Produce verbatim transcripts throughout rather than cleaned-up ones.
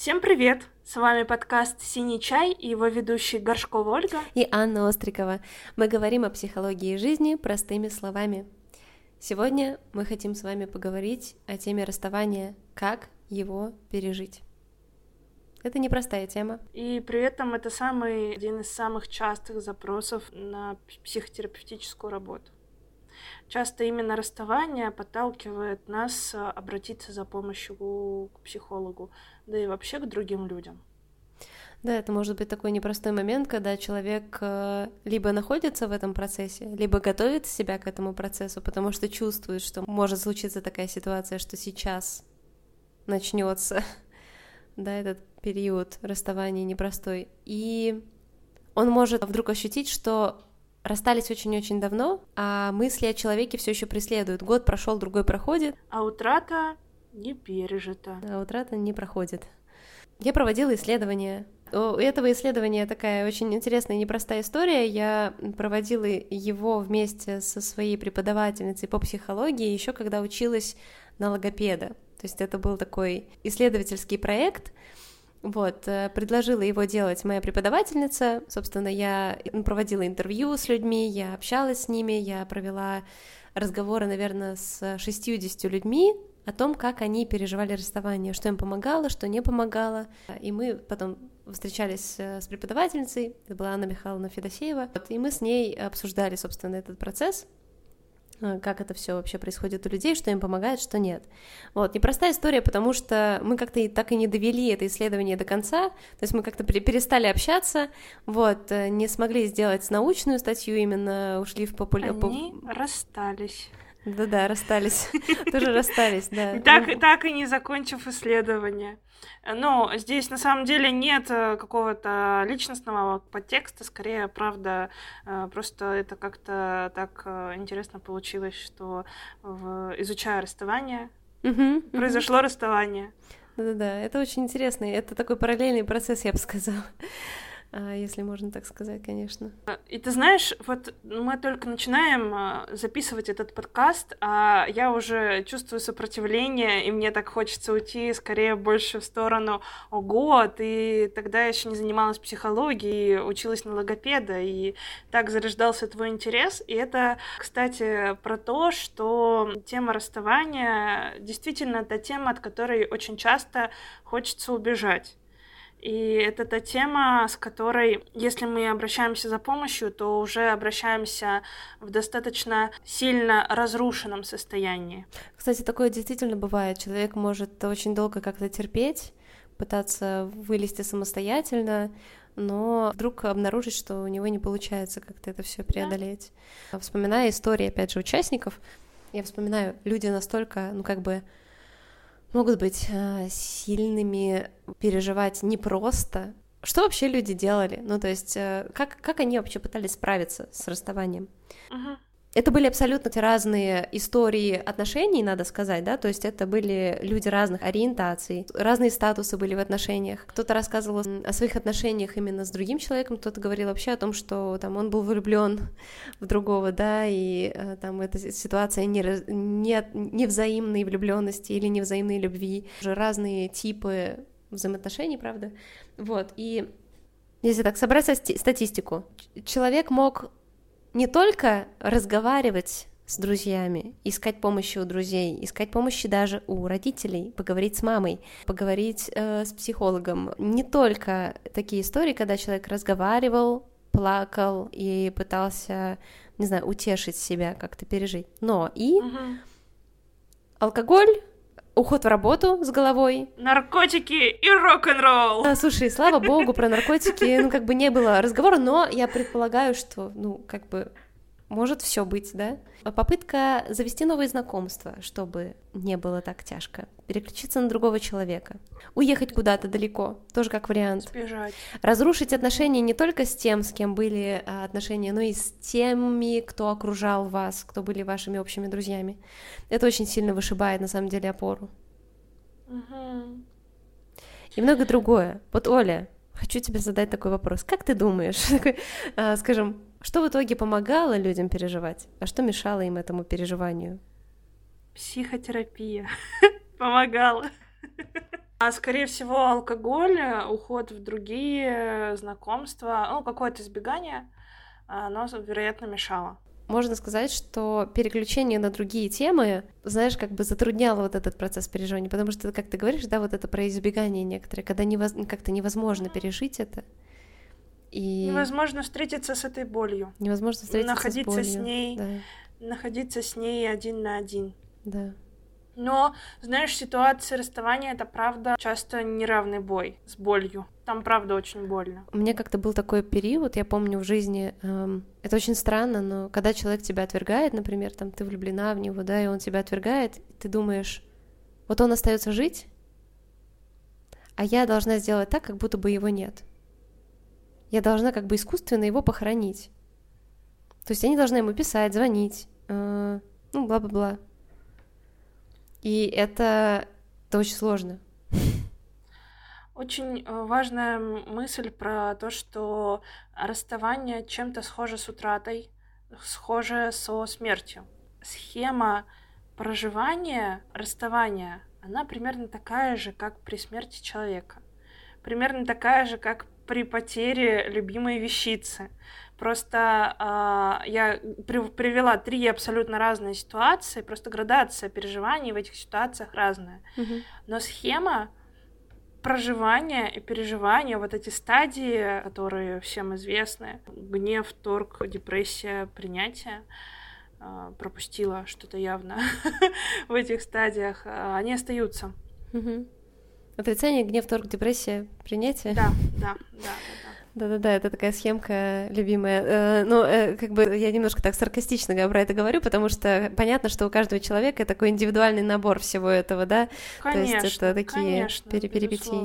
Всем привет! С вами подкаст «Синий чай» и его ведущие Горшкова Ольга и Анна Острикова. Мы говорим о психологии жизни простыми словами. Сегодня мы хотим с вами поговорить о теме расставания, как его пережить. Это непростая тема. И при этом это самый, один из самых частых запросов на психотерапевтическую работу. Часто именно расставание подталкивает нас обратиться за помощью к психологу, да и вообще к другим людям. Да, это может быть такой непростой момент, когда человек либо находится в этом процессе, либо готовит себя к этому процессу, потому что чувствует, что может случиться такая ситуация, что сейчас начнется, да, этот период расставания непростой. И он может вдруг ощутить, что расстались очень-очень давно, а мысли о человеке все еще преследуют. Год прошел, другой проходит. А утрата не пережита. А утрата не проходит. Я проводила исследования. У этого исследования такая очень интересная и непростая история. Я проводила его вместе со своей преподавательницей по психологии еще когда училась на логопеда. То есть это был такой исследовательский проект. Вот, предложила его делать моя преподавательница. Собственно, я проводила интервью с людьми, я общалась с ними, я провела разговоры, наверное, с шестьюдесятью людьми о том, как они переживали расставание, что им помогало, что не помогало. И мы потом встречались с преподавательницей, это была Анна Михайловна Федосеева, и мы с ней обсуждали, собственно, этот процесс, как это все вообще происходит у людей, что им помогает, что нет. Вот, непростая история, потому что мы как-то и так и не довели это исследование до конца, то есть мы как-то перестали общаться, вот, не смогли сделать научную статью, именно ушли в популярность. Они расстались. Да-да, расстались, тоже расстались, да. Так, так и не закончив исследование. Но здесь на самом деле нет какого-то личностного подтекста, скорее, правда, просто это как-то так интересно получилось, что в... изучая расставание, uh-huh, произошло uh-huh. расставание. Да-да-да, это очень интересно, это такой параллельный процесс, я бы сказала. Если можно так сказать, конечно. И ты знаешь, вот мы только начинаем записывать этот подкаст, а я уже чувствую сопротивление, и мне так хочется уйти скорее больше в сторону «Ого, ты тогда еще не занималась психологией, училась на логопеда», и так зарождался твой интерес. И это, кстати, про то, что тема расставания действительно та тема, от которой очень часто хочется убежать. И это та тема, с которой, если мы обращаемся за помощью, то уже обращаемся в достаточно сильно разрушенном состоянии. Кстати, такое действительно бывает. Человек может очень долго как-то терпеть, пытаться вылезти самостоятельно, но вдруг обнаружить, что у него не получается как-то это все преодолеть. Да. Вспоминая истории, опять же, участников, я вспоминаю, люди настолько, ну, как бы, могут быть э, сильными, переживать непросто. Что вообще люди делали? Ну, то есть, э, как, как они вообще пытались справиться с расставанием? Uh-huh. Это были абсолютно разные истории отношений, надо сказать, да, то есть это были люди разных ориентаций, разные статусы были в отношениях. Кто-то рассказывал о своих отношениях именно с другим человеком, кто-то говорил вообще о том, что там он был влюблен в другого, да, и э, там эта ситуация не, не, невзаимной влюбленности или невзаимной любви, уже разные типы взаимоотношений, правда, вот, и если так собрать статистику, человек мог не только разговаривать с друзьями, искать помощи у друзей, искать помощи даже у родителей, поговорить с мамой, поговорить э, с психологом. Не только такие истории, когда человек разговаривал, плакал и пытался, не знаю, утешить себя, как-то пережить, но и угу. алкоголь, уход в работу с головой. Наркотики и рок-н-ролл. А, слушай, слава богу, про наркотики, ну, как бы не было разговора, но я предполагаю, что, ну, как бы, может все быть, да? Попытка завести новые знакомства, чтобы не было так тяжко. Переключиться на другого человека. Уехать куда-то далеко, тоже как вариант. Сбежать. Разрушить отношения не только с тем, с кем были а, отношения, но и с теми, кто окружал вас, кто были вашими общими друзьями. Это очень сильно вышибает, на самом деле, опору. Угу. И многое другое. Вот, Оля, хочу тебе задать такой вопрос. Как ты думаешь, скажем, что в итоге помогало людям переживать, а что мешало им этому переживанию? Психотерапия помогала. А, скорее всего, алкоголь, уход в другие знакомства, ну, какое-то избегание, оно, вероятно, мешало. Можно сказать, что переключение на другие темы, знаешь, как бы затрудняло вот этот процесс переживания, потому что, как ты говоришь, да, вот это про избегание некоторые, когда невоз... как-то невозможно пережить это. И... Невозможно встретиться с этой болью. Невозможно встретиться находиться с болью. с ней, да. находиться с ней один на один. Да. Но, знаешь, ситуация расставания — это, правда, часто неравный бой с болью. Там, правда, очень больно. У меня как-то был такой период, я помню, в жизни, эм, это очень странно, но когда человек тебя отвергает, например, там, ты влюблена в него, да, и он тебя отвергает, ты думаешь, вот он остается жить, а я должна сделать так, как будто бы его нет. Я должна как бы искусственно его похоронить. То есть я не должна ему писать, звонить, э, ну, бла-бла-бла. И это, это очень сложно. Очень важная мысль про то, что расставание чем-то схоже с утратой, схоже со смертью. Схема проживания расставания, она примерно такая же, как при смерти человека. Примерно такая же, как при потере любимой вещицы. Просто э, я при, привела три абсолютно разные ситуации, просто градация переживаний в этих ситуациях разная. Mm-hmm. Но схема проживания и переживания, вот эти стадии, которые всем известны, гнев, торг, депрессия, принятие, э, пропустила что-то явно в этих стадиях, э, они остаются. Mm-hmm. Отрицание, гнев, торг, депрессия, принятие? Да, да, да, да. Да-да-да, это такая схемка любимая. Э, ну, э, как бы я немножко так саркастично про это говорю, потому что понятно, что у каждого человека такой индивидуальный набор всего этого, да? Конечно, то есть это такие конечно, перипетии.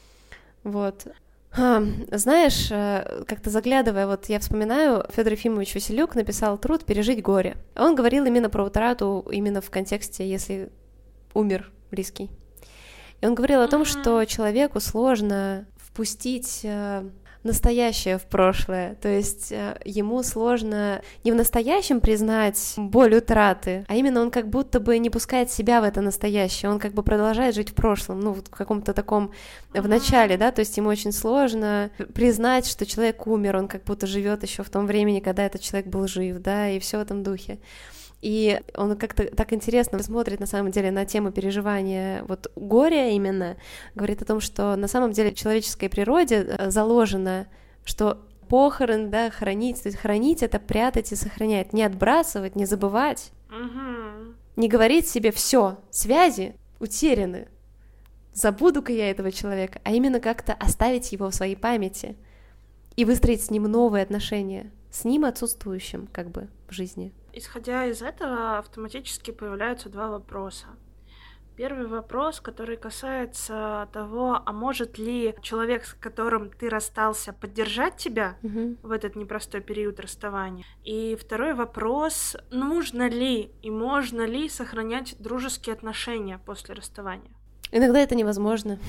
Вот. А, знаешь, как-то заглядывая, вот я вспоминаю, Федор Ефимович Василюк написал труд «Пережить горе». Он говорил именно про утрату, именно в контексте, если умер близкий. И он говорил о том, mm-hmm. что человеку сложно впустить настоящее в прошлое, то есть ему сложно не в настоящем признать боль утраты, а именно он как будто бы не пускает себя в это настоящее, он как бы продолжает жить в прошлом, ну, в каком-то таком, в начале, да, то есть ему очень сложно признать, что человек умер, он как будто живет еще в том времени, когда этот человек был жив, да, и все в этом духе. И он как-то так интересно смотрит, на самом деле, на тему переживания вот горя именно, говорит о том, что на самом деле в человеческой природе заложено, что похорон, да, хранить, то есть хранить — это прятать и сохранять, не отбрасывать, не забывать, угу. не говорить себе «все, связи утеряны, забуду-ка я этого человека», а именно как-то оставить его в своей памяти и выстроить с ним новые отношения, с ним отсутствующим как бы в жизни. Исходя из этого, автоматически появляются два вопроса. Первый вопрос, который касается того, а может ли человек, с которым ты расстался, поддержать тебя mm-hmm. в этот непростой период расставания? И второй вопрос, нужно ли и можно ли сохранять дружеские отношения после расставания? Иногда это невозможно,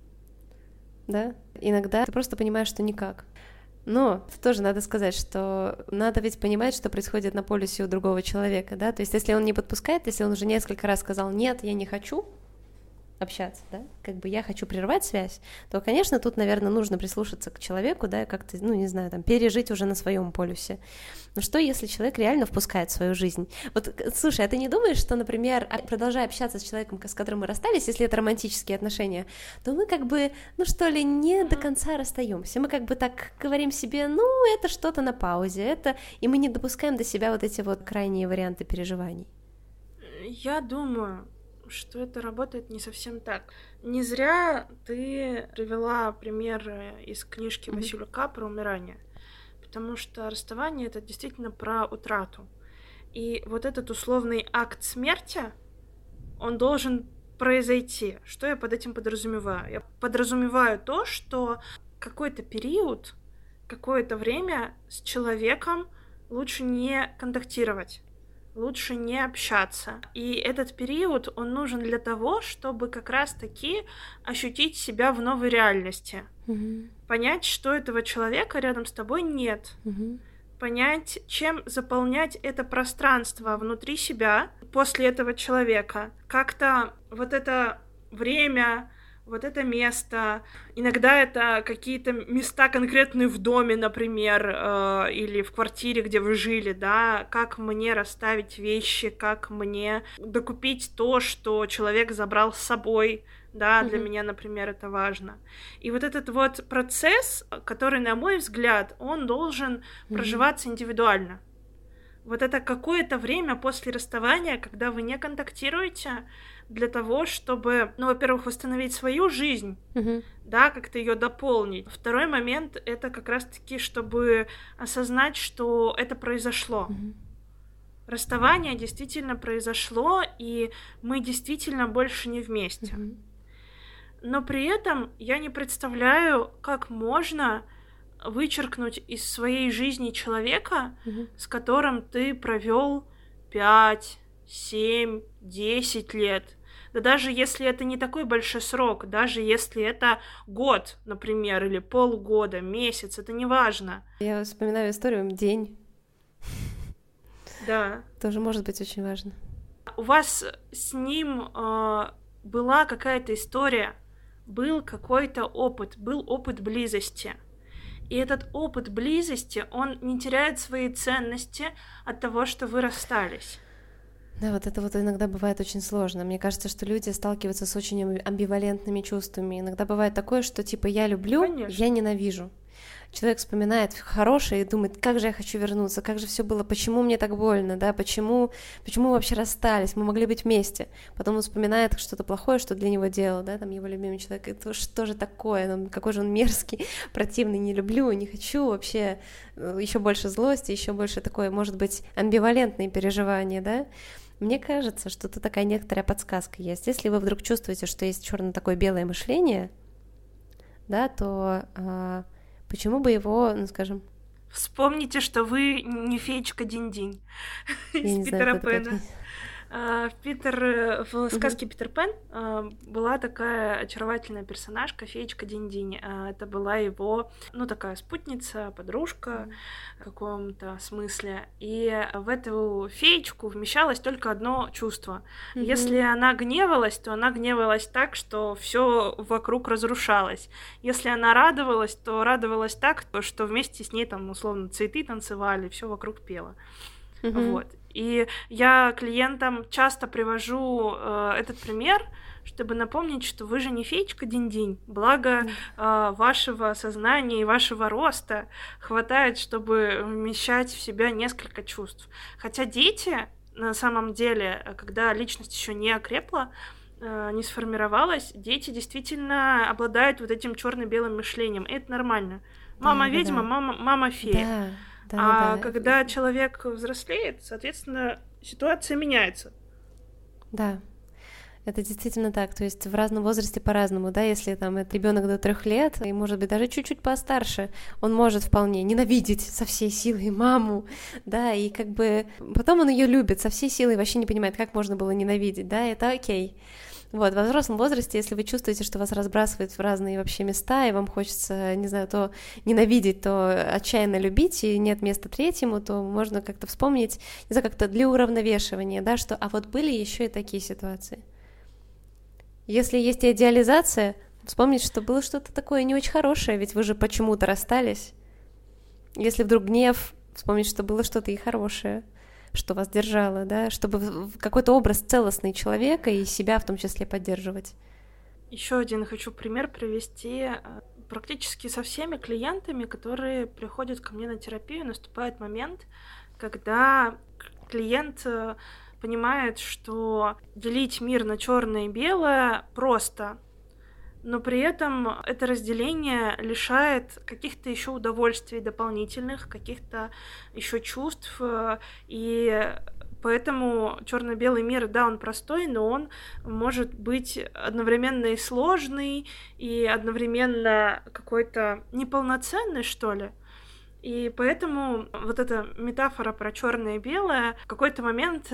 да? Иногда ты просто понимаешь, что никак. Но тоже надо сказать, что надо ведь понимать, что происходит на полюсе у другого человека, да, то есть если он не подпускает, если он уже несколько раз сказал «нет, я не хочу общаться», да, как бы я хочу прервать связь, то, конечно, тут, наверное, нужно прислушаться к человеку, да, и как-то, ну, не знаю, там, пережить уже на своем полюсе. Но что, если человек реально впускает в свою жизнь? Вот, слушай, а ты не думаешь, что, например, продолжая общаться с человеком, с которым мы расстались, если это романтические отношения, то мы как бы, ну, что ли, не до конца расстаемся, мы как бы так говорим себе, ну, это что-то на паузе, это, и мы не допускаем до себя вот эти вот крайние варианты переживаний. Я думаю, что это работает не совсем так. Не зря ты привела пример из книжки mm-hmm. Василюка про умирание, потому что расставание — это действительно про утрату. И вот этот условный акт смерти, он должен произойти. Что я под этим подразумеваю? Я подразумеваю то, что какой-то период, какое-то время с человеком лучше не контактировать. Лучше не общаться. И этот период, он нужен для того, чтобы как раз-таки ощутить себя в новой реальности. Mm-hmm. Понять, что этого человека рядом с тобой нет. Mm-hmm. Понять, чем заполнять это пространство внутри себя после этого человека. Как-то вот это время вот это место. Иногда это какие-то места конкретные в доме, например, э, или в квартире, где вы жили, да, как мне расставить вещи, как мне докупить то, что человек забрал с собой, да, для mm-hmm. меня, например, это важно. И вот этот вот процесс, который, на мой взгляд, он должен mm-hmm. проживаться индивидуально. Вот это какое-то время после расставания, когда вы не контактируете, для того, чтобы, ну, во-первых, восстановить свою жизнь, mm-hmm. да, как-то ее дополнить. Второй момент — это как раз-таки, чтобы осознать, что это произошло. Mm-hmm. Расставание действительно произошло, и мы действительно больше не вместе. Mm-hmm. Но при этом я не представляю, как можно вычеркнуть из своей жизни человека, mm-hmm. с которым ты провел пять, семь, десять лет. Да даже если это не такой большой срок, даже если это год, например, или полгода, месяц, это не важно. Я вспоминаю историю «День». Да. Тоже может быть очень важно. У вас с ним э, была какая-то история, был какой-то опыт, был опыт близости. И этот опыт близости, он не теряет свои ценности от того, что вы расстались. Да, вот это вот иногда бывает очень сложно. Мне кажется, что люди сталкиваются с очень амбивалентными чувствами. Иногда бывает такое, что типа я люблю, Конечно. Я ненавижу. Человек вспоминает хорошее и думает, как же я хочу вернуться, как же все было, почему мне так больно, да, почему, почему мы вообще расстались, мы могли быть вместе. Потом он вспоминает что-то плохое, что для него делал, да, там его любимый человек, это что же такое, ну, какой же он мерзкий, противный, не люблю, не хочу, вообще еще больше злости, еще больше такое, может быть, амбивалентные переживания, да. Мне кажется, что тут такая некоторая подсказка есть. Если вы вдруг чувствуете, что есть черно такое белое мышление, да, то а, почему бы его, ну, скажем... Вспомните, что вы не феечка Динь-Динь из Питера Пэна. Питер, в сказке «Питер Пэн» была такая очаровательная персонажка, феечка Динь-Динь. Это была его, ну, такая спутница, подружка в каком-то смысле. И в эту феечку вмещалось только одно чувство. Mm-hmm. Если она гневалась, то она гневалась так, что все вокруг разрушалось. Если она радовалась, то радовалась так, что вместе с ней там, условно, цветы танцевали, все вокруг пело. Mm-hmm. Вот. И я клиентам часто привожу э, этот пример, чтобы напомнить, что вы же не феечка Динь-Динь. Благо э, вашего сознания и вашего роста хватает, чтобы вмещать в себя несколько чувств. Хотя дети, на самом деле, когда личность еще не окрепла, э, не сформировалась, дети действительно обладают вот этим черно-белым мышлением. И это нормально. Мама да, ведьма, да. мама, мама фея. Да. Да, а да, когда да. человек взрослеет, соответственно, ситуация меняется. Да, это действительно так. То есть в разном возрасте по-разному, да, если там это ребенок до трех лет, и может быть даже чуть-чуть постарше, он может вполне ненавидеть со всей силой маму, да, и как бы потом он ее любит со всей силой, вообще не понимает, как можно было ненавидеть, да, это окей. Вот, во взрослом возрасте, если вы чувствуете, что вас разбрасывает в разные вообще места, и вам хочется, не знаю, то ненавидеть, то отчаянно любить, и нет места третьему, то можно как-то вспомнить, не знаю, как-то для уравновешивания, да, что, а вот были еще и такие ситуации. Если есть идеализация, вспомнить, что было что-то такое не очень хорошее, ведь вы же почему-то расстались. Если вдруг гнев, вспомнить, что было что-то и хорошее, что вас держало, да, чтобы какой-то образ целостный человека и себя в том числе поддерживать. Еще один хочу пример привести. Практически со всеми клиентами, которые приходят ко мне на терапию, наступает момент, когда клиент понимает, что делить мир на черное и белое просто, но при этом это разделение лишает каких-то еще удовольствий дополнительных, каких-то еще чувств, и поэтому черно-белый мир, да, он простой, но он может быть одновременно и сложный, и одновременно какой-то неполноценный, что ли. И поэтому вот эта метафора про черное и белое в какой-то момент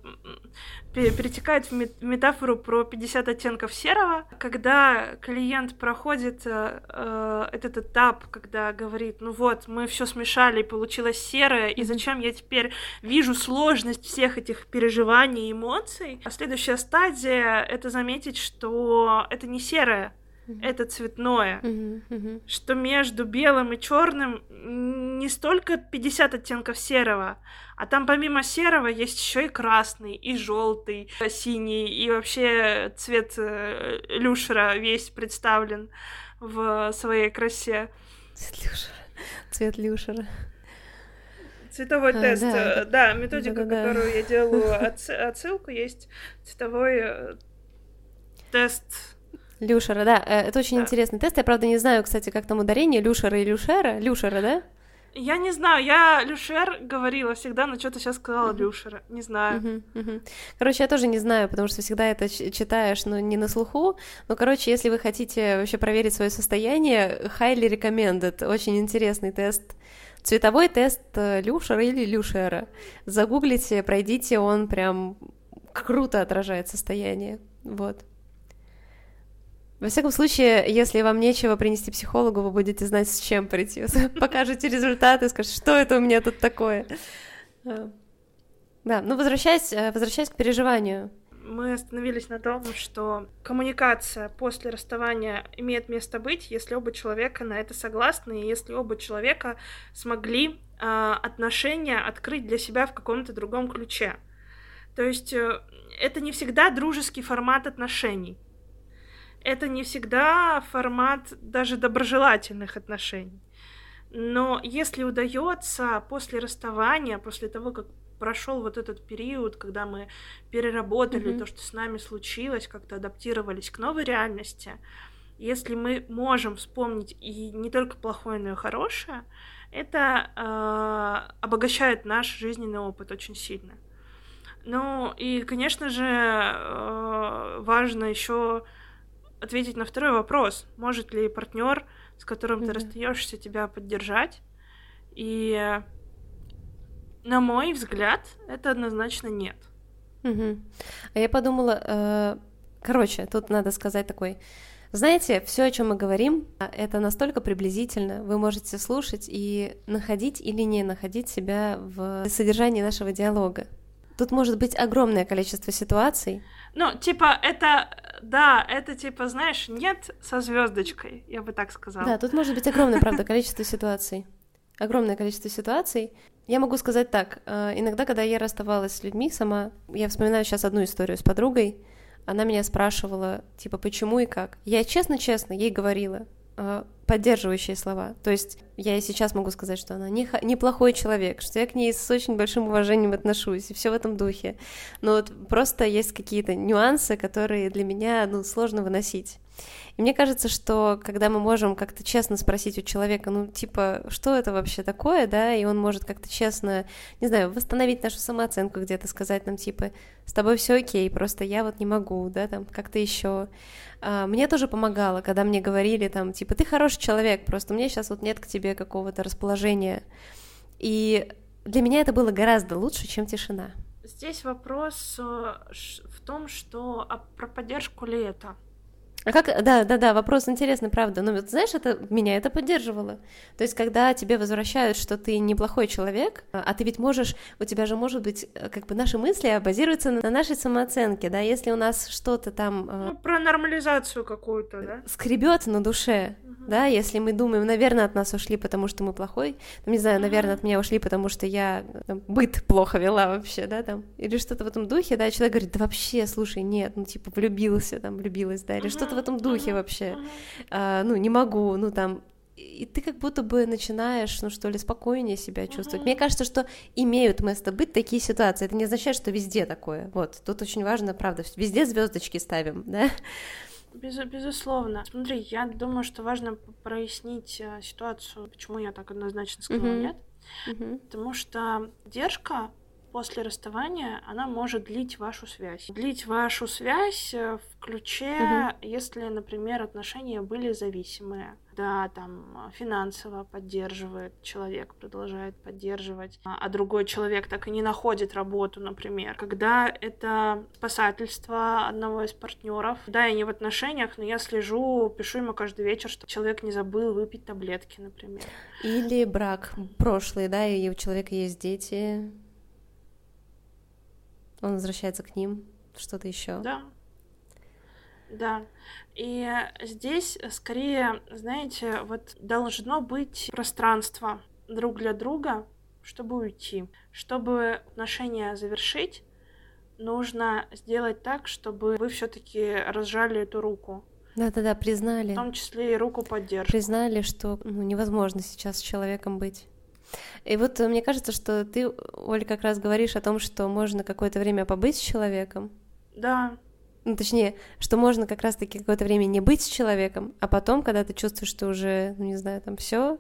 перетекает в метафору про пятьдесят оттенков серого, когда клиент проходит э, этот этап, когда говорит, ну вот, мы все смешали, и получилось серое, и зачем я теперь вижу сложность всех этих переживаний и эмоций. А следующая стадия — это заметить, что это не серое, mm-hmm. это цветное, mm-hmm. Mm-hmm. что между белым и черным не столько пятьдесят оттенков серого, а там помимо серого есть еще и красный, и желтый, и синий, и вообще цвет люшера весь представлен в своей красе. Цвет люшера. Цвет люшера. Цветовой а, тест, да, да, методика, да, которую да. я делаю, отсылку, есть цветовой тест. Люшера, да, это очень да. интересный тест. Я, правда, не знаю, кстати, как там ударение, люшера и люшера, люшера, да? Я не знаю, я люшер говорила всегда, но что-то сейчас сказала uh-huh. люшера, не знаю. Uh-huh, uh-huh. Короче, я тоже не знаю, потому что всегда это читаешь, но не на слуху. Но, короче, если вы хотите вообще проверить свое состояние, highly recommended, очень интересный тест. Цветовой тест люшера или люшера. Загуглите, пройдите, он прям круто отражает состояние, вот. Во всяком случае, если вам нечего принести психологу, вы будете знать, с чем прийти. Покажете результаты, скажете, что это у меня тут такое. Да, ну возвращаясь, возвращаясь к переживанию. Мы остановились на том, что коммуникация после расставания имеет место быть, если оба человека на это согласны, и если оба человека смогли э, отношения открыть для себя в каком-то другом ключе. То есть э, это не всегда дружеский формат отношений. Это не всегда формат даже доброжелательных отношений. Но если удается после расставания, после того, как прошел вот этот период, когда мы переработали mm-hmm. то, что с нами случилось, как-то адаптировались к новой реальности, если мы можем вспомнить и не только плохое, но и хорошее, это э, обогащает наш жизненный опыт очень сильно. Ну и, конечно же, э, важно еще ответить на второй вопрос: может ли партнер, с которым mm-hmm. ты расстаешься, тебя поддержать? И на мой взгляд, это однозначно нет. Угу. А я подумала, э, короче, тут надо сказать такой, знаете, все, о чем мы говорим, это настолько приблизительно, вы можете слушать и находить или не находить себя в содержании нашего диалога. Тут может быть огромное количество ситуаций. Ну, типа, это, да, это типа, знаешь, нет со звездочкой, я бы так сказала. Да, тут может быть огромное, правда, количество ситуаций. Огромное количество ситуаций. Я могу сказать так, иногда, когда я расставалась с людьми сама, я вспоминаю сейчас одну историю с подругой, она меня спрашивала, типа, почему и как. Я честно-честно ей говорила поддерживающие слова. То есть я и сейчас могу сказать, что она не, неплохой человек, что я к ней с очень большим уважением отношусь, и все в этом духе. Но вот просто есть какие-то нюансы, которые для меня, ну, сложно выносить. И мне кажется, что когда мы можем как-то честно спросить у человека, ну, типа, что это вообще такое, да, и он может как-то честно, не знаю, восстановить нашу самооценку где-то, сказать нам, типа, с тобой все окей, просто я вот не могу, да, там, как-то еще. А, мне тоже помогало, когда мне говорили, там, типа, ты хороший человек, просто у меня сейчас вот нет к тебе какого-то расположения. И для меня это было гораздо лучше, чем тишина. Здесь вопрос в том, что а про поддержку ли это? А как, да, да, да, вопрос интересный, правда, но вот, знаешь, это, меня это поддерживало, то есть, когда тебе возвращают, что ты неплохой человек, а ты ведь можешь, у тебя же может быть, как бы, наши мысли базируются на нашей самооценке, да, если у нас что-то там... Ну, про нормализацию какую-то, да? Скребет на душе, uh-huh. да, если мы думаем, наверное, от нас ушли, потому что мы плохой, там, не знаю, наверное, uh-huh. от меня ушли, потому что я там, быт плохо вела вообще, да, там, или что-то в этом духе, да, человек говорит, да вообще, слушай, нет, ну, типа, влюбился, там, влюбилась, да, или uh-huh. что-то в этом духе uh-huh. вообще, uh-huh. а, ну, не могу, ну, там, и ты как будто бы начинаешь, ну, что ли, спокойнее себя чувствовать. Uh-huh. Мне кажется, что имеют место быть такие ситуации, это не означает, что везде такое, вот, тут очень важно, правда, везде звездочки ставим, да. Без, безусловно. Смотри, я думаю, что важно прояснить э, ситуацию, почему я так однозначно сказала uh-huh. нет, uh-huh. потому что поддержка после расставания, она может длить вашу связь. Длить вашу связь в ключе, uh-huh. если, например, отношения были зависимые. Да, там финансово поддерживает человек, продолжает поддерживать, а другой человек так и не находит работу, например. Когда это спасательство одного из партнеров, да, я не в отношениях, но я слежу, пишу ему каждый вечер, чтобы человек не забыл выпить таблетки, например. Или брак прошлый, да, и у человека есть дети, он возвращается к ним, что-то еще. Да. Да. И здесь скорее, знаете, вот должно быть пространство друг для друга, чтобы уйти. Чтобы отношения завершить, нужно сделать так, чтобы вы все-таки разжали эту руку. Да-да-да, признали. В том числе и руку поддержки. Признали, что ну, невозможно сейчас с человеком быть. И вот мне кажется, что ты, Оль, как раз говоришь о том, что можно какое-то время побыть с человеком. Да. Ну, точнее, что можно как раз-таки какое-то время не быть с человеком, а потом, когда ты чувствуешь, что уже, ну, не знаю, там все.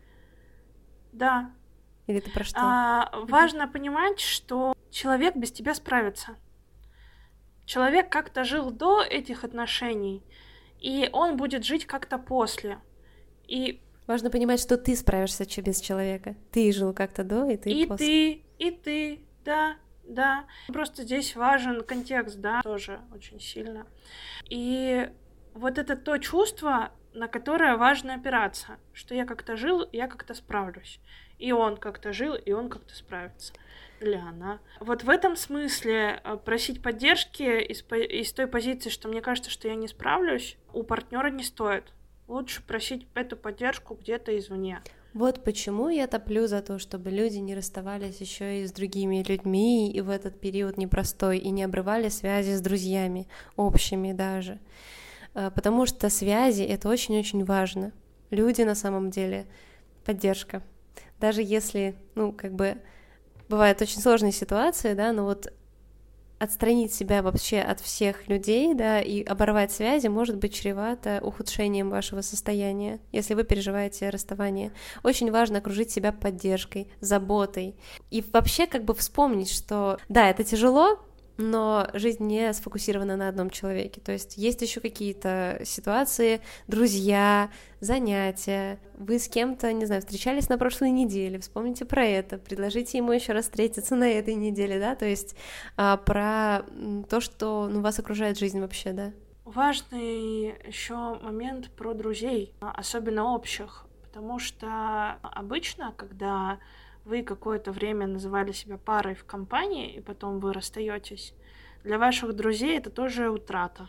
Да. Или ты про что? А, важно понимать, что человек без тебя справится. Человек как-то жил до этих отношений, и он будет жить как-то после. И важно понимать, что ты справишься без человека. Ты жил как-то до, и ты и после. И ты, и ты, да, да. Просто здесь важен контекст, да, тоже очень сильно. И вот это то чувство, на которое важно опираться, что я как-то жил, я как-то справлюсь. И он как-то жил, и он как-то справится. Или она. Вот в этом смысле просить поддержки из, из той позиции, что мне кажется, что я не справлюсь, у партнера не стоит. Лучше просить эту поддержку где-то извне. Вот почему я топлю за то, чтобы люди не расставались еще и с другими людьми, и в этот период непростой, и не обрывали связи с друзьями, общими даже. Потому что связи — это очень-очень важно. Люди на самом деле — поддержка. Даже если, ну, как бы, бывают очень сложные ситуации, да, но вот отстранить себя вообще от всех людей, да, и оборвать связи может быть чревато ухудшением вашего состояния, если вы переживаете расставание. Очень важно окружить себя поддержкой, заботой. И вообще как бы вспомнить, что да, это тяжело, но жизнь не сфокусирована на одном человеке. То есть есть еще какие-то ситуации, друзья, занятия. Вы с кем-то, не знаю, встречались на прошлой неделе, вспомните про это, предложите ему еще раз встретиться на этой неделе, да, то есть а, про то, что ну, вас окружает жизнь вообще, да. Важный еще момент про друзей, особенно общих, потому что обычно, когда вы какое-то время называли себя парой в компании, и потом вы расстаетесь, для ваших друзей это тоже утрата.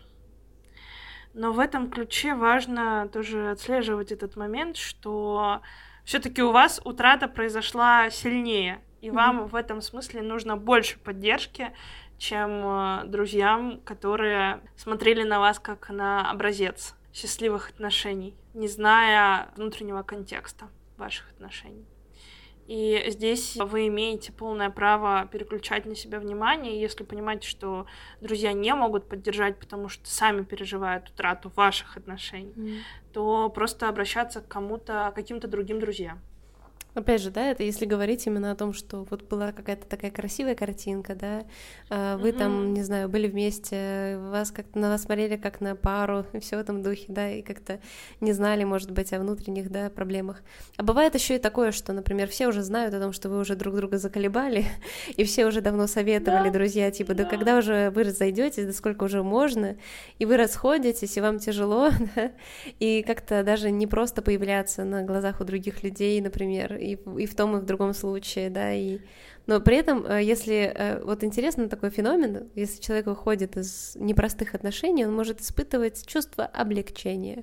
Но в этом ключе важно тоже отслеживать этот момент, что все-таки у вас утрата произошла сильнее, и mm-hmm. вам в этом смысле нужно больше поддержки, чем друзьям, которые смотрели на вас как на образец счастливых отношений, не зная внутреннего контекста ваших отношений. И здесь вы имеете полное право переключать на себя внимание, и если понимаете, что друзья не могут поддержать, потому что сами переживают утрату ваших отношений, mm. то просто обращаться к кому-то, к каким-то другим друзьям. Опять же, да, это если говорить именно о том, что вот была какая-то такая красивая картинка, да, вы mm-hmm. там, не знаю, были вместе, вас как-то на вас смотрели как на пару, и все в этом духе, да, и как-то не знали, может быть, о внутренних, да, проблемах. А бывает еще и такое, что, например, все уже знают о том, что вы уже друг друга заколебали, и все уже давно советовали, да. друзья, типа, да, да когда уже вы разойдетесь, да сколько уже можно, и вы расходитесь, и вам тяжело, да, и как-то даже не просто появляться на глазах у других людей, например, И в, и в том, и в другом случае, да, и... Но при этом, если... Вот интересно такой феномен, если человек выходит из непростых отношений, он может испытывать чувство облегчения.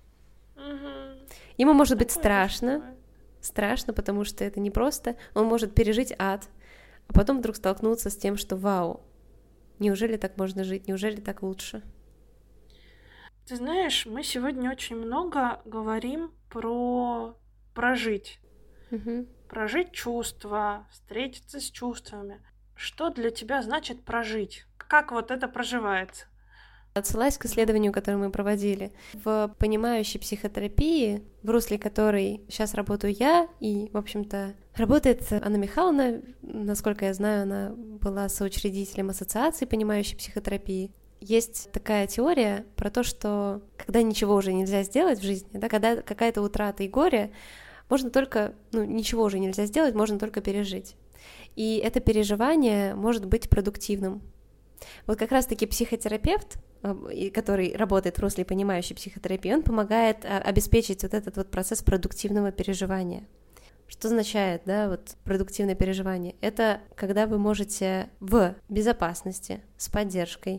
Угу. Ему может быть страшно, страшно, потому что это непросто, он может пережить ад, а потом вдруг столкнуться с тем, что вау, неужели так можно жить, неужели так лучше? Ты знаешь, мы сегодня очень много говорим про прожить. Угу. Прожить чувства, встретиться с чувствами. Что для тебя значит прожить? Как вот это проживается? Отсылаясь к исследованию, которое мы проводили, в понимающей психотерапии, в русле которой сейчас работаю я, и, в общем-то, работает Анна Михайловна, насколько я знаю, она была соучредителем ассоциации понимающей психотерапии. Есть такая теория про то, что когда ничего уже нельзя сделать в жизни, да, когда какая-то утрата и горе, можно только, ну, ничего уже нельзя сделать, можно только пережить. И это переживание может быть продуктивным. Вот как раз-таки психотерапевт, который работает в русле понимающей психотерапии, он помогает обеспечить вот этот вот процесс продуктивного переживания. Что означает, да, вот продуктивное переживание? Это когда вы можете в безопасности, с поддержкой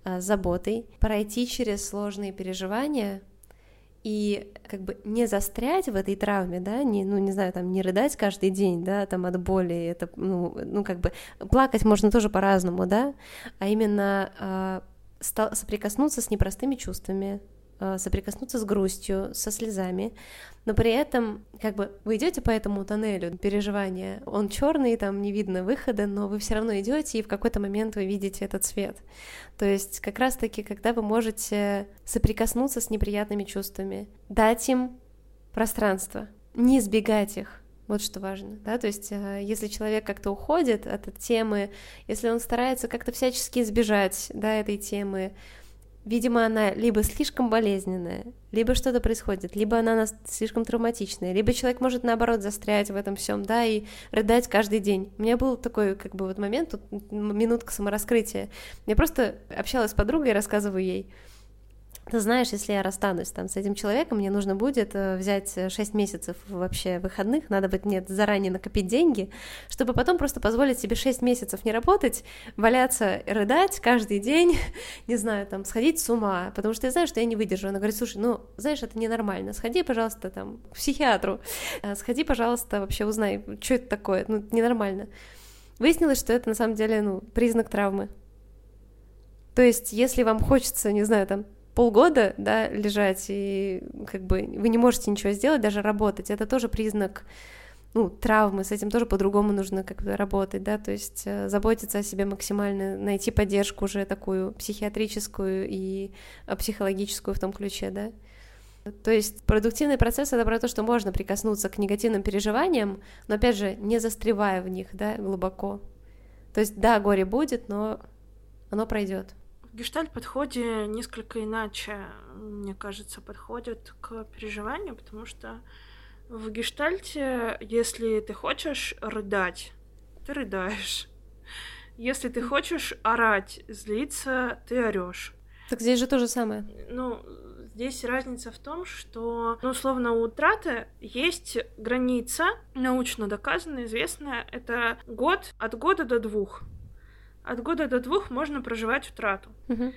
с заботой, пройти через сложные переживания и как бы не застрять в этой травме, да, не, ну, не знаю, там, не рыдать каждый день, да, там, от боли, это, ну, ну как бы, плакать можно тоже по-разному, да, а именно э, стал, соприкоснуться с непростыми чувствами, э, соприкоснуться с грустью, со слезами, но при этом, как бы, вы идете по этому тоннелю переживания, он черный, там не видно выхода, но вы все равно идете, и в какой-то момент вы видите этот свет. То есть как раз-таки, когда вы можете соприкоснуться с неприятными чувствами, дать им пространство, не избегать их, вот что важно, да, то есть если человек как-то уходит от этой темы, если он старается как-то всячески избежать, да, этой темы, видимо, она либо слишком болезненная, либо что-то происходит, либо она слишком травматичная, либо человек может, наоборот, застрять в этом всем, да, и рыдать каждый день. У меня был такой, как бы, вот момент, тут минутка самораскрытия. Я просто общалась с подругой, рассказываю ей: ты знаешь, если я расстанусь там с этим человеком, мне нужно будет взять шесть месяцев вообще выходных, надо будет мне заранее накопить деньги, чтобы потом просто позволить себе шесть месяцев не работать, валяться, рыдать каждый день, не знаю, там, сходить с ума, потому что я знаю, что я не выдержу. Она говорит: слушай, ну, знаешь, это ненормально, сходи, пожалуйста, там, к психиатру, сходи, пожалуйста, вообще узнай, что это такое, ну, это ненормально. Выяснилось, что это на самом деле, ну, признак травмы. То есть, если вам хочется, не знаю, там, полгода, да, лежать, и как бы вы не можете ничего сделать, даже работать, это тоже признак, ну, травмы, с этим тоже по-другому нужно как-то работать, да, то есть заботиться о себе максимально, найти поддержку уже такую психиатрическую и психологическую в том ключе, да. То есть продуктивный процесс — это про то, что можно прикоснуться к негативным переживаниям, но, опять же, не застревая в них, да, глубоко. То есть, да, горе будет, но оно пройдет. В гештальт-подходе несколько иначе, мне кажется, подходят к переживанию, потому что в гештальте, если ты хочешь рыдать, ты рыдаешь. Если ты хочешь орать, злиться, ты орешь. Так здесь же то же самое. Ну, здесь разница в том, что, ну, условно, у утраты есть граница, научно доказанная, известная, это год, от года до двух. От года до двух можно проживать утрату. Uh-huh.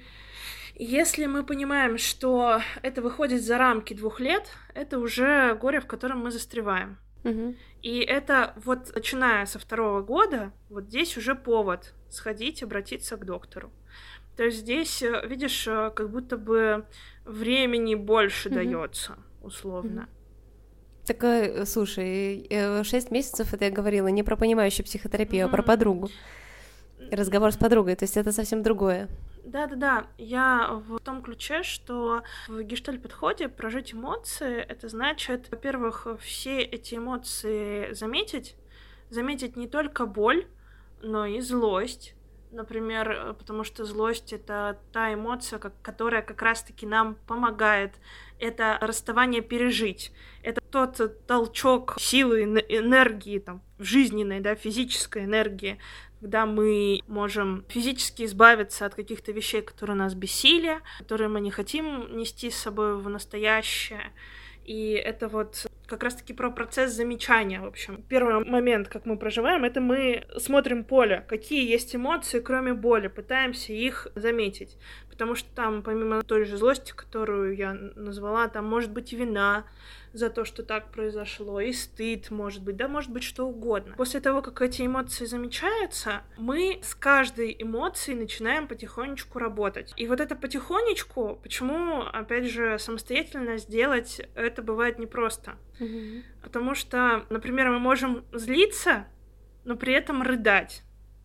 Если мы понимаем, что это выходит за рамки двух лет, это уже горе, в котором мы застреваем. Uh-huh. И это вот начиная со второго года, вот здесь уже повод сходить, обратиться к доктору. То есть здесь, видишь, как будто бы времени больше uh-huh. дается, условно. Uh-huh. Так, слушай, шесть месяцев, это я говорила не про понимающую психотерапию, uh-huh. а про подругу. Разговор с подругой, то есть это совсем другое. Да-да-да, я в том ключе, что в гештальт-подходе прожить эмоции, это значит, во-первых, все эти эмоции заметить, заметить не только боль, но и злость, например, потому что злость — это та эмоция, которая как раз-таки нам помогает это расставание пережить. Это тот толчок силы, энергии, там, жизненной, да, физической энергии, когда мы можем физически избавиться от каких-то вещей, которые нас бесили, которые мы не хотим нести с собой в настоящее. И это вот как раз-таки про процесс замечания, в общем. Первый момент, как мы проживаем, это мы смотрим поле, какие есть эмоции, кроме боли, пытаемся их заметить. Потому что там, помимо той же злости, которую я назвала, там может быть и вина за то, что так произошло, и стыд, может быть, да, может быть, что угодно. После того, как эти эмоции замечаются, мы с каждой эмоцией начинаем потихонечку работать. И вот это потихонечку, почему, опять же, самостоятельно сделать это бывает непросто. Mm-hmm. Потому что, например, мы можем злиться, но при этом рыдать.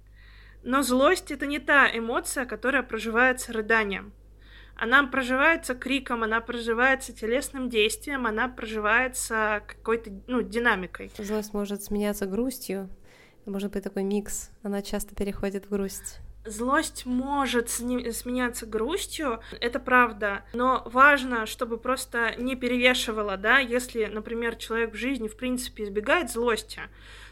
Но злость — это не та эмоция, которая проживается рыданием. Она проживается криком, она проживается телесным действием, она проживается какой-то, ну, динамикой. Злость может сменяться грустью, может быть такой микс, она часто переходит в грусть. Злость может сменяться грустью, это правда, но важно, чтобы просто не перевешивало, да, если, например, человек в жизни, в принципе, избегает злости,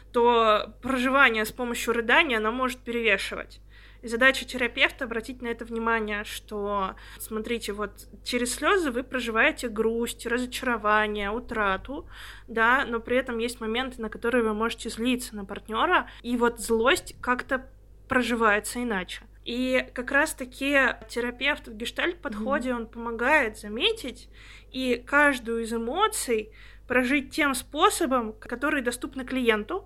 то проживание с помощью рыдания, оно может перевешивать. И задача терапевта — обратить на это внимание, что, смотрите, вот через слезы вы проживаете грусть, разочарование, утрату, да, но при этом есть моменты, на которые вы можете злиться на партнера, и вот злость как-то проживается иначе. И как раз-таки терапевт в гештальт-подходе, mm-hmm. он помогает заметить и каждую из эмоций прожить тем способом, который доступен клиенту.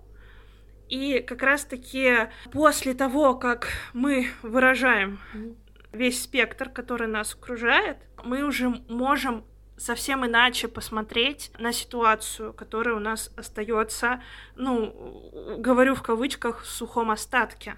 И как раз-таки после того, как мы выражаем mm-hmm. весь спектр, который нас окружает, мы уже можем совсем иначе посмотреть на ситуацию, которая у нас остается, ну, говорю в кавычках, в сухом остатке.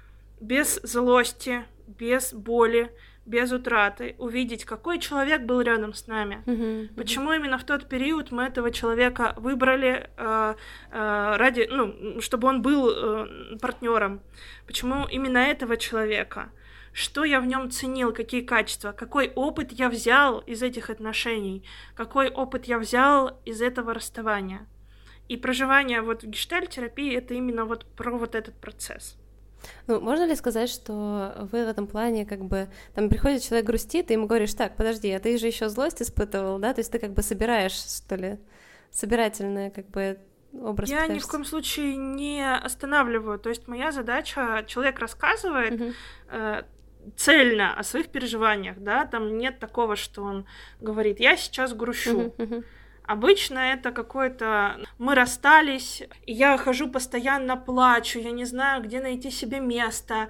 Без злости, без боли, без утраты. Увидеть, какой человек был рядом с нами. Uh-huh, почему uh-huh. именно в тот период мы этого человека выбрали э, э, ради, ну, чтобы он был э, партнером. Почему именно этого человека. Что я в нем ценил, какие качества, какой опыт я взял из этих отношений, какой опыт я взял из этого расставания. И проживание вот в гештальт-терапии — это именно вот про вот этот процесс. Ну, можно ли сказать, что вы в этом плане как бы, там приходит человек, грустит, и ему говоришь: так, подожди, а ты же еще злость испытывал, да? То есть ты как бы собираешь, что ли, собирательное как бы образ. Я пытаешься... ни в коем случае не останавливаю, то есть моя задача, человек рассказывает, uh-huh. э, цельно о своих переживаниях, да, там нет такого, что он говорит: я сейчас грущу. Uh-huh, uh-huh. Обычно это какое-то мы расстались, и я хожу постоянно плачу, я не знаю, где найти себе место,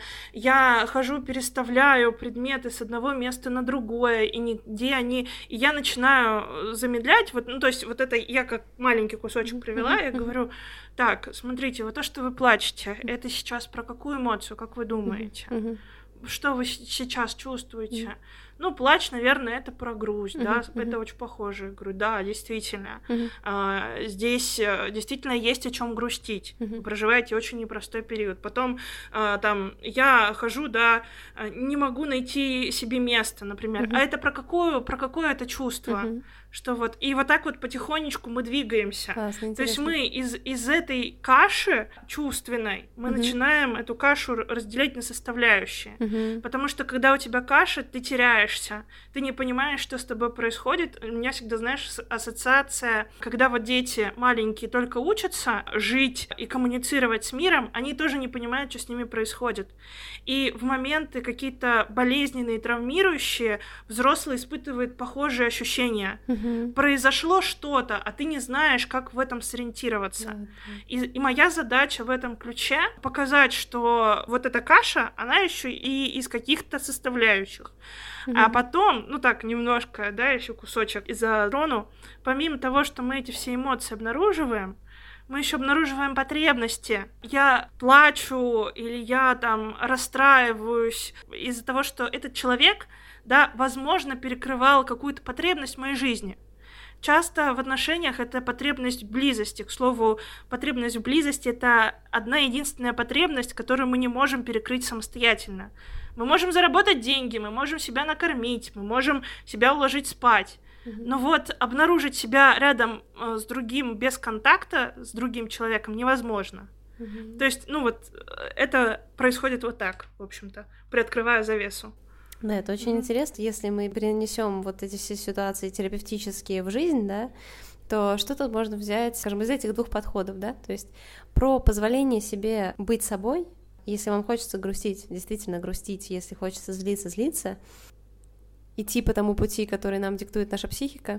я хожу, переставляю предметы с одного места на другое, и нигде они... И я начинаю замедлять, вот, ну, то есть вот это я как маленький кусочек привела, я говорю: так, смотрите, вот то, что вы плачете, это сейчас про какую эмоцию, как вы думаете? Что вы сейчас чувствуете? Ну, плач, наверное, это про грусть, uh-huh, да, uh-huh. это очень похоже. Я говорю: да, действительно. Uh-huh. А, здесь действительно есть о чем грустить. Uh-huh. Вы проживаете очень непростой период. Потом а, там я хожу, да, не могу найти себе место, например. Uh-huh. А это про какое, про какое это чувство? Uh-huh. Что вот, и вот так вот потихонечку мы двигаемся. Классно, то есть мы из, из этой каши чувственной мы uh-huh. начинаем эту кашу разделять на составляющие. Uh-huh. Потому что когда у тебя каша, ты теряешься, ты не понимаешь, что с тобой происходит. У меня всегда, знаешь, ассоциация, когда вот дети маленькие только учатся жить и коммуницировать с миром, они тоже не понимают, что с ними происходит. И в моменты какие-то болезненные, травмирующие, взрослые испытывают похожие ощущения. Uh-huh. Произошло что-то, а ты не знаешь, как в этом сориентироваться. Yeah, yeah. И, и моя задача в этом ключе показать, что вот эта каша, она еще и из каких-то составляющих. Mm-hmm. А потом, ну так, немножко, да, еще кусочек из-за трону, помимо того, что мы эти все эмоции обнаруживаем, мы еще обнаруживаем потребности. Я плачу или я там расстраиваюсь из-за того, что этот человек, да, возможно, перекрывал какую-то потребность в моей жизни. Часто в отношениях это потребность в близости. К слову, потребность в близости — это одна единственная потребность, которую мы не можем перекрыть самостоятельно. Мы можем заработать деньги, мы можем себя накормить, мы можем себя уложить спать. Mm-hmm. Но вот обнаружить себя рядом э, с другим без контакта, с другим человеком невозможно. Mm-hmm. То есть, ну вот, это происходит вот так, в общем-то, приоткрывая завесу. Да, это очень mm-hmm. интересно. Если мы перенесем вот эти все ситуации терапевтические в жизнь, да, то что тут можно взять, скажем, из этих двух подходов, да? То есть про позволение себе быть собой, если вам хочется грустить, действительно грустить, если хочется злиться, злиться, идти по тому пути, который нам диктует наша психика,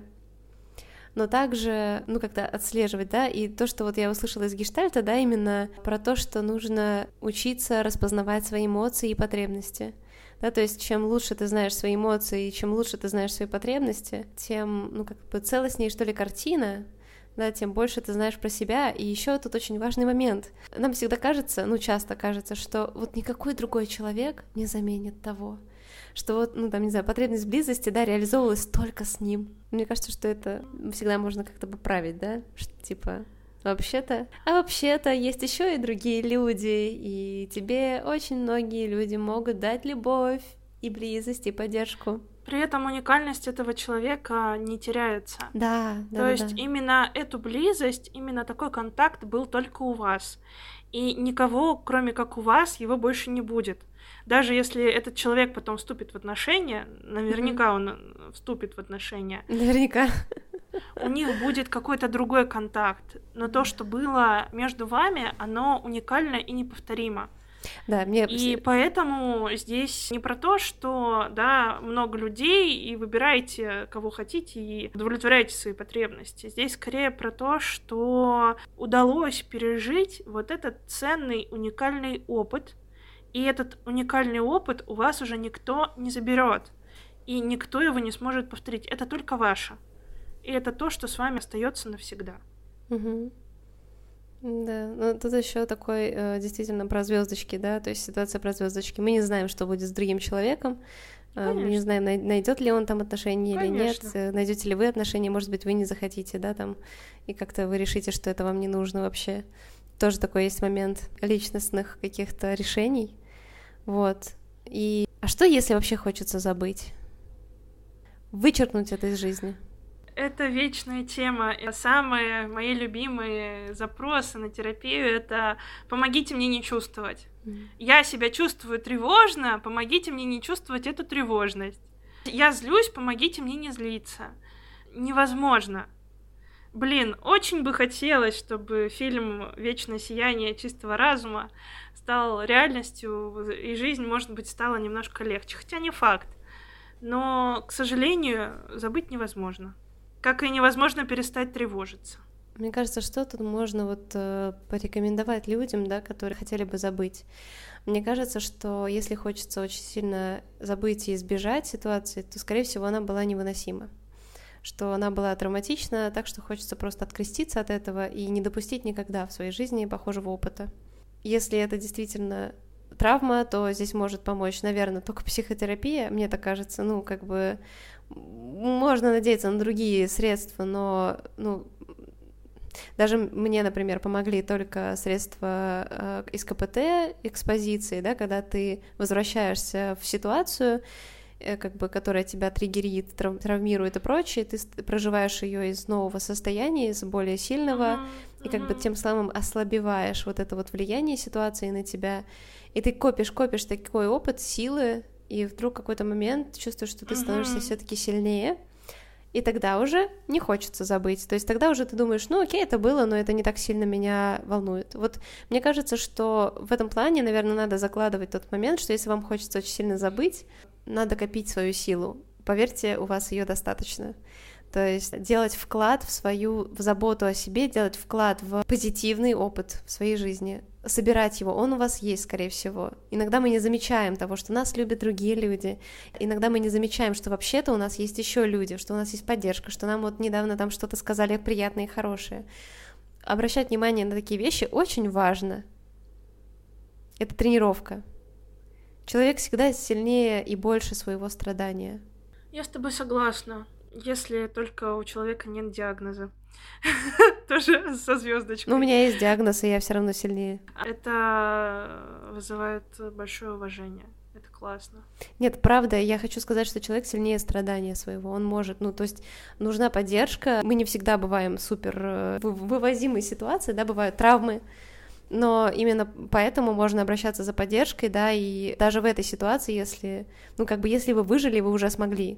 но также, ну, как-то отслеживать, да, и то, что вот я услышала из гештальта, да, именно про то, что нужно учиться распознавать свои эмоции и потребности, да, то есть чем лучше ты знаешь свои эмоции, чем лучше ты знаешь свои потребности, тем, ну, как бы целостнее, что ли, картина, да, тем больше ты знаешь про себя. И еще тут очень важный момент. Нам всегда кажется, ну, часто кажется, что вот никакой другой человек не заменит того, что вот, ну, там, не знаю, потребность в близости, да, реализовывалась только с ним. Мне кажется, что это всегда можно как-то поправить, да, что, типа, вообще-то, а вообще-то есть еще и другие люди, и тебе очень многие люди могут дать любовь и близость, и поддержку. При этом уникальность этого человека не теряется. Да, да. То да, есть да. именно эту близость, именно такой контакт был только у вас. И никого, кроме как у вас, его больше не будет. Даже если этот человек потом вступит в отношения, наверняка mm-hmm. он вступит в отношения. Наверняка. У них будет какой-то другой контакт. Но то, что было между вами, оно уникально и неповторимо. Да, мне... И поэтому здесь не про то, что, да, много людей, и выбирайте, кого хотите, и удовлетворяйте свои потребности. Здесь скорее про то, что удалось пережить вот этот ценный, уникальный опыт, и этот уникальный опыт у вас уже никто не заберет, и никто его не сможет повторить. Это только ваше. И это то, что с вами остается навсегда. Угу. Да, ну тут еще такой э, действительно про звездочки, да, то есть ситуация про звездочки. Мы не знаем, что будет с другим человеком, э, мы не знаем, най- найдет ли он там отношения Конечно. или нет, найдете ли вы отношения, может быть, вы не захотите, да, там, и как-то вы решите, что это вам не нужно вообще. Тоже такой есть момент личностных каких-то решений, вот. И а что, если вообще хочется забыть? Вычеркнуть это из жизни? Это вечная тема. Самые мои любимые запросы на терапию — это «помогите мне не чувствовать». Mm. Я себя чувствую тревожно, помогите мне не чувствовать эту тревожность. Я злюсь, помогите мне не злиться. Невозможно. Блин, очень бы хотелось, чтобы фильм «Вечное сияние чистого разума» стал реальностью, и жизнь, может быть, стала немножко легче. Хотя не факт. Но, к сожалению, забыть невозможно. Как и невозможно перестать тревожиться. Мне кажется, что тут можно вот э, порекомендовать людям, да, которые хотели бы забыть. Мне кажется, что если хочется очень сильно забыть и избежать ситуации, то, скорее всего, она была невыносима. Что она была травматична, так что хочется просто откреститься от этого и не допустить никогда в своей жизни похожего опыта. Если это действительно травма, то здесь может помочь, наверное, только психотерапия, мне так кажется, ну, как бы... Можно надеяться на другие средства, но, ну, даже мне, например, помогли только средства э, из ка пэ тэ, экспозиции, да, когда ты возвращаешься в ситуацию, э, как бы, которая тебя триггерит, трав- травмирует и прочее, ты проживаешь ее из нового состояния, из более сильного, mm-hmm. и как бы тем самым ослабеваешь вот это вот влияние ситуации на тебя, и ты копишь, копишь такой опыт, силы, и вдруг какой-то момент чувствуешь, что ты становишься uh-huh. все-таки сильнее, и тогда уже не хочется забыть. То есть тогда уже ты думаешь, ну окей, это было, но это не так сильно меня волнует. Вот мне кажется, что в этом плане, наверное, надо закладывать тот момент, что если вам хочется очень сильно забыть, надо копить свою силу. Поверьте, у вас ее достаточно. То есть делать вклад в свою, в заботу о себе, делать вклад в позитивный опыт в своей жизни, собирать его, он у вас есть, скорее всего. Иногда мы не замечаем того, что нас любят другие люди, иногда мы не замечаем, что вообще-то у нас есть еще люди, что у нас есть поддержка, что нам вот недавно там что-то сказали приятное и хорошее. Обращать внимание на такие вещи очень важно. Это тренировка. Человек всегда сильнее и больше своего страдания. Я с тобой согласна. Если только у человека нет диагноза. Тоже со звездочкой. Ну, у меня есть диагноз, и я все равно сильнее. Это вызывает большое уважение. Это классно. Нет, правда, я хочу сказать, что человек сильнее страдания своего. Он может, ну, то есть нужна поддержка. Мы не всегда бываем супер вывозимой ситуации, да, бывают травмы. Но именно поэтому можно обращаться за поддержкой, да, и даже в этой ситуации, если, ну, как бы, если вы выжили, вы уже смогли.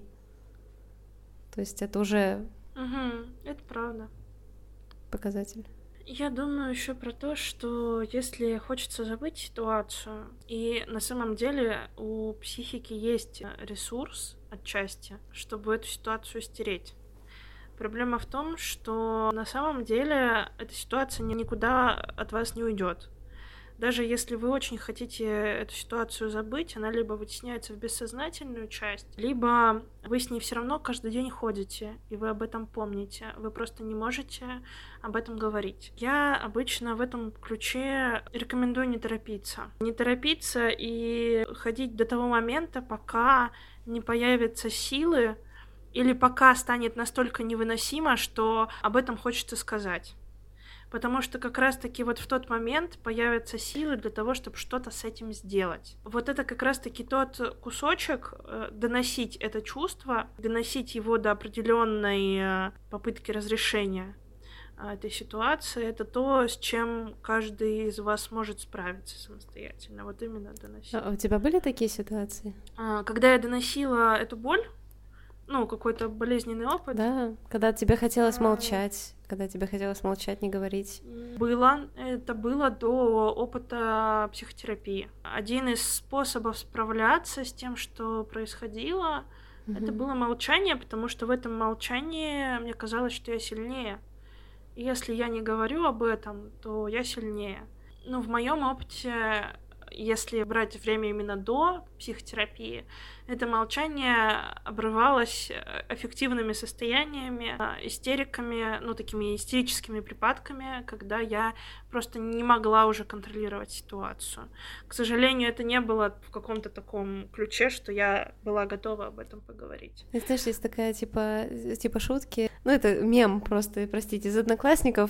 То есть это уже... Угу, это правда. Показатель. Я думаю еще про то, что если хочется забыть ситуацию, и на самом деле у психики есть ресурс отчасти, чтобы эту ситуацию стереть. Проблема в том, что на самом деле эта ситуация никуда от вас не уйдет. Даже если вы очень хотите эту ситуацию забыть, она либо вытесняется в бессознательную часть, либо вы с ней все равно каждый день ходите, и вы об этом помните. Вы просто не можете об этом говорить. Я обычно в этом ключе рекомендую не торопиться. Не торопиться и ходить до того момента, пока не появятся силы, или пока станет настолько невыносимо, что об этом хочется сказать. Потому что как раз-таки вот в тот момент появятся силы для того, чтобы что-то с этим сделать. Вот это как раз-таки тот кусочек, э, доносить это чувство, доносить его до определенной э, попытки разрешения э, этой ситуации, это то, с чем каждый из вас может справиться самостоятельно. Вот именно доносить. А у тебя были такие ситуации? Когда я доносила эту боль ну, какой-то болезненный опыт. Да, когда тебе хотелось молчать, когда тебе хотелось молчать, не говорить. Было. Это было до опыта психотерапии. Один из способов справляться с тем, что происходило, mm-hmm. это было молчание, потому что в этом молчании мне казалось, что я сильнее. И если я не говорю об этом, то я сильнее. Ну, в моем опыте, если брать время именно до психотерапии, это молчание обрывалось аффективными состояниями, истериками, ну, такими истерическими припадками, когда я просто не могла уже контролировать ситуацию. К сожалению, это не было в каком-то таком ключе, что я была готова об этом поговорить. И, знаешь, есть такая типа, типа шутки, ну, это мем просто, простите, из одноклассников.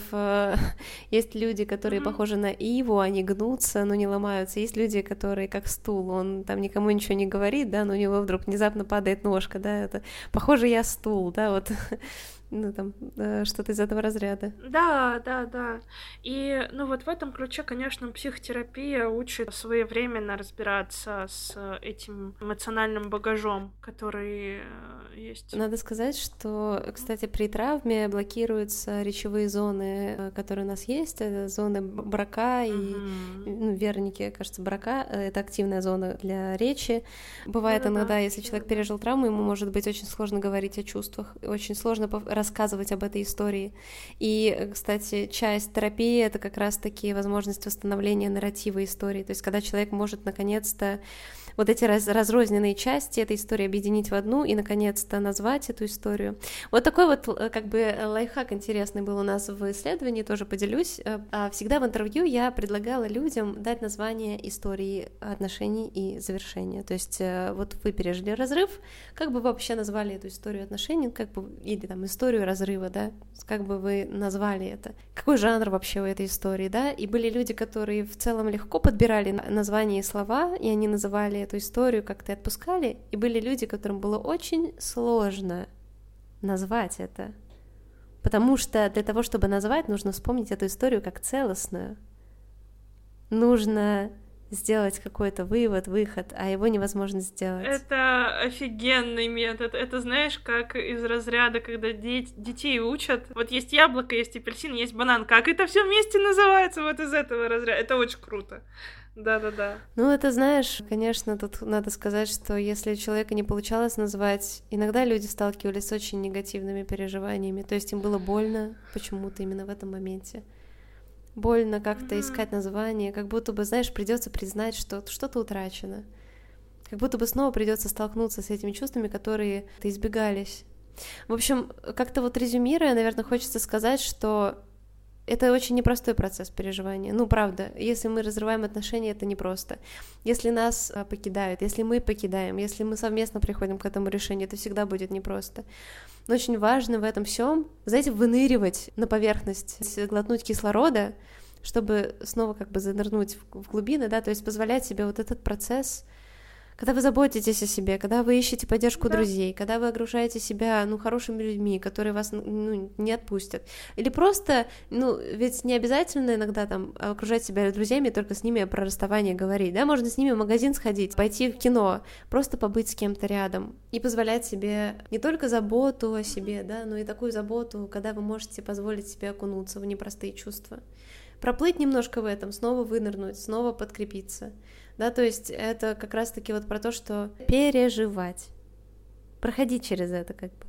Есть люди, которые mm-hmm. похожи на Иву, они гнутся, но не ломаются. Есть люди, которые как стул, он там никому ничего не говорит, да, но у него вдруг внезапно падает ножка, да, это похоже, я стул, да, вот, ну, там, что-то из этого разряда. Да, да, да. И, ну, вот в этом ключе, конечно, психотерапия учит своевременно разбираться с этим эмоциональным багажом, который есть. Надо сказать, что, кстати, при травме блокируются речевые зоны, которые у нас есть, это зоны Брака и, mm-hmm. ну, Верники, кажется, Брака, это активная зона для речи. Бывает да, иногда, да, если да, человек да. пережил травму, ему может быть очень сложно говорить о чувствах, очень сложно рассказывать об этой истории. И, кстати, часть терапии — это как раз-таки возможность восстановления нарратива истории, то есть когда человек может наконец-то вот эти раз, разрозненные части этой истории объединить в одну и, наконец-то, назвать эту историю. Вот такой вот, как бы, лайфхак интересный был у нас в исследовании, тоже поделюсь. Всегда в интервью я предлагала людям дать название истории отношений и завершения. То есть вот вы пережили разрыв, как бы вы вообще назвали эту историю отношений, как бы, или там историю разрыва, да, как бы вы назвали это? Какой жанр вообще у этой истории, да? И были люди, которые в целом легко подбирали названия и слова, и они называли эту историю как-то отпускали, и были люди, которым было очень сложно назвать это, потому что для того, чтобы назвать, нужно вспомнить эту историю как целостную, нужно сделать какой-то вывод, выход, а его невозможно сделать. Это офигенный метод. Это, знаешь, как из разряда, когда де- детей учат. Вот есть яблоко, есть апельсин, есть банан. Как это все вместе называется? Вот из этого разряда. Это очень круто. Да-да-да. Ну, это, знаешь, конечно, тут надо сказать, что если у человека не получалось назвать, иногда люди сталкивались с очень негативными переживаниями, то есть им было больно почему-то именно в этом моменте. Больно как-то mm-hmm. искать название, как будто бы, знаешь, придется признать, что что-то утрачено. Как будто бы снова придется столкнуться с этими чувствами, которые избегались. В общем, как-то вот резюмируя, наверное, хочется сказать, что это очень непростой процесс переживания. Ну, правда, если мы разрываем отношения, это непросто. Если нас покидают, если мы покидаем, если мы совместно приходим к этому решению, это всегда будет непросто. Но очень важно в этом всем, знаете, выныривать на поверхность, глотнуть кислорода, чтобы снова как бы занырнуть в глубины, да, то есть позволять себе вот этот процесс. Когда вы заботитесь о себе, когда вы ищете поддержку да. друзей, когда вы окружаете себя, ну, хорошими людьми, которые вас, ну, не отпустят. Или просто, ну, ведь не обязательно иногда там окружать себя друзьями, только с ними про расставание говорить, да, можно с ними в магазин сходить, пойти в кино, просто побыть с кем-то рядом и позволять себе не только заботу о себе, да, но и такую заботу, когда вы можете позволить себе окунуться в непростые чувства. Проплыть немножко в этом, снова вынырнуть, снова подкрепиться. Да, то есть это как раз-таки вот про то, что переживать, проходить через это как бы.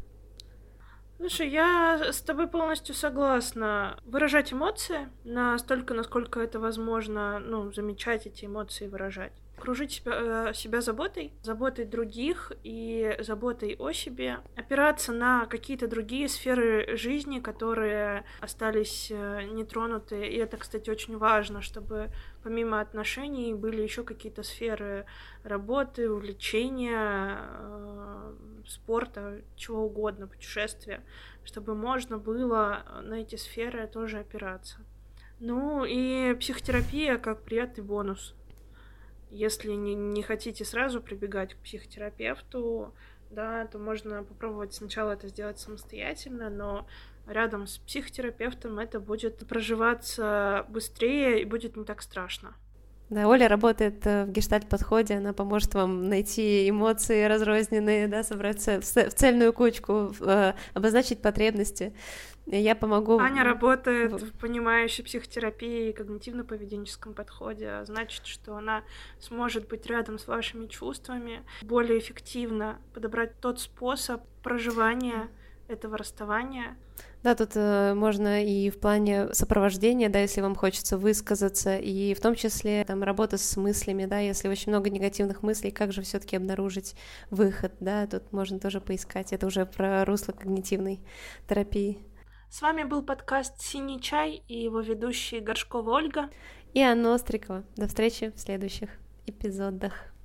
Слушай, я с тобой полностью согласна. Выражать эмоции настолько, насколько это возможно, ну, замечать эти эмоции, выражать. Окружить себя, себя заботой, заботой других и заботой о себе. Опираться на какие-то другие сферы жизни, которые остались нетронуты. И это, кстати, очень важно, чтобы помимо отношений были еще какие-то сферы работы, увлечения, спорта, чего угодно, путешествия, чтобы можно было на эти сферы тоже опираться. Ну и психотерапия как приятный бонус. Если не, не хотите сразу прибегать к психотерапевту, да, то можно попробовать сначала это сделать самостоятельно, но рядом с психотерапевтом это будет проживаться быстрее и будет не так страшно. Да, Оля работает в гештальт-подходе, она поможет вам найти эмоции разрозненные, да, собрать в цельную кучку, обозначить потребности. Я помогу... Аня работает в понимающей психотерапии и когнитивно-поведенческом подходе, а значит, что она сможет быть рядом с вашими чувствами, более эффективно подобрать тот способ проживания этого расставания. Да, тут э, можно и в плане сопровождения, да, если вам хочется высказаться, и в том числе там работа с мыслями, да, если очень много негативных мыслей, как же все-таки обнаружить выход, да, тут можно тоже поискать, это уже про русло когнитивной терапии. С вами был подкаст «Синий чай» и его ведущие Горшкова Ольга и Анна Острикова. До встречи в следующих эпизодах.